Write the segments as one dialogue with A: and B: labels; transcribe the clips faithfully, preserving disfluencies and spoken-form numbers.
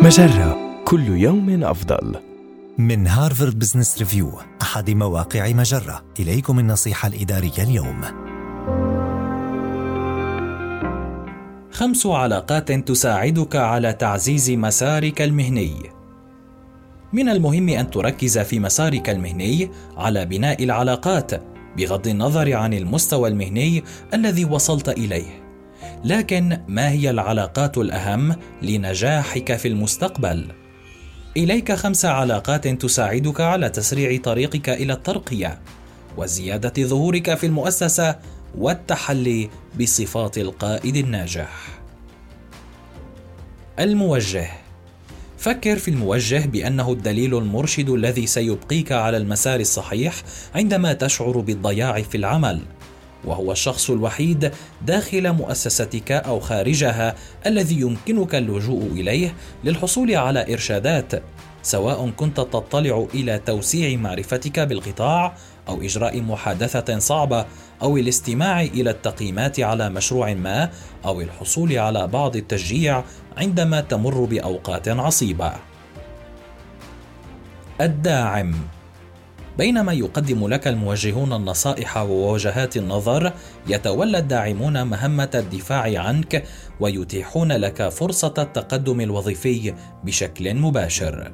A: مجرة، كل يوم أفضل.
B: من هارفارد بزنس ريفيو، أحد مواقع مجرة، إليكم النصيحة الإدارية اليوم.
C: خمس علاقات تساعدك على تعزيز مسارك المهني. من المهم أن تركز في مسارك المهني على بناء العلاقات بغض النظر عن المستوى المهني الذي وصلت إليه. لكن ما هي العلاقات الأهم لنجاحك في المستقبل؟ إليك خمس علاقات تساعدك على تسريع طريقك إلى الترقية وزيادة ظهورك في المؤسسة والتحلي بصفات القائد الناجح. الموجه. فكر في الموجه بأنه الدليل المرشد الذي سيبقيك على المسار الصحيح عندما تشعر بالضياع في العمل، وهو الشخص الوحيد داخل مؤسستك أو خارجها الذي يمكنك اللجوء إليه للحصول على إرشادات، سواء كنت تطلع إلى توسيع معرفتك بالقطاع أو إجراء محادثة صعبة أو الاستماع إلى التقييمات على مشروع ما أو الحصول على بعض التشجيع عندما تمر بأوقات عصيبة. الداعم. بينما يقدم لك الموجهون النصائح ووجهات النظر، يتولى الداعمون مهمة الدفاع عنك ويتيحون لك فرصة التقدم الوظيفي بشكل مباشر.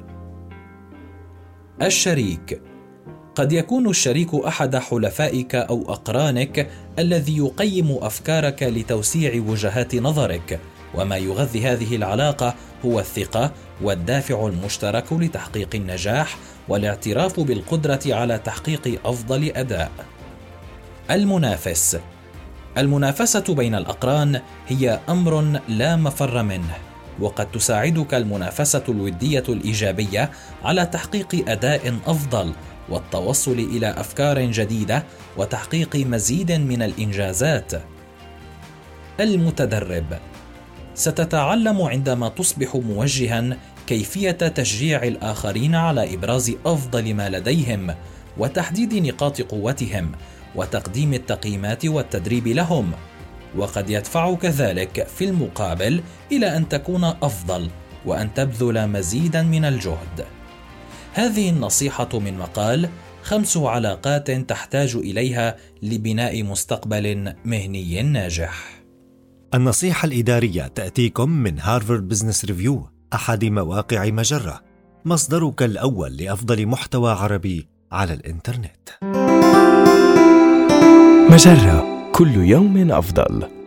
C: الشريك. قد يكون الشريك أحد حلفائك أو أقرانك الذي يقيم أفكارك لتوسيع وجهات نظرك، وما يغذي هذه العلاقة هو الثقة والدافع المشترك لتحقيق النجاح والاعتراف بالقدرة على تحقيق أفضل أداء. المنافس. المنافسة بين الأقران هي أمر لا مفر منه، وقد تساعدك المنافسة الودية الإيجابية على تحقيق أداء أفضل والتوصل إلى أفكار جديدة وتحقيق مزيد من الإنجازات. المتدرب. ستتعلم عندما تصبح موجها كيفية تشجيع الآخرين على إبراز أفضل ما لديهم وتحديد نقاط قوتهم وتقديم التقييمات والتدريب لهم، وقد يدفعك ذلك في المقابل إلى أن تكون أفضل وأن تبذل مزيدا من الجهد. هذه النصيحة من مقال خمس علاقات تحتاج إليها لبناء مستقبل مهني ناجح.
B: النصيحة الإدارية تأتيكم من هارفارد بزنس ريفيو، أحد مواقع مجرة، مصدرك الأول لأفضل محتوى عربي على الإنترنت.
A: مجرة، كل يوم أفضل.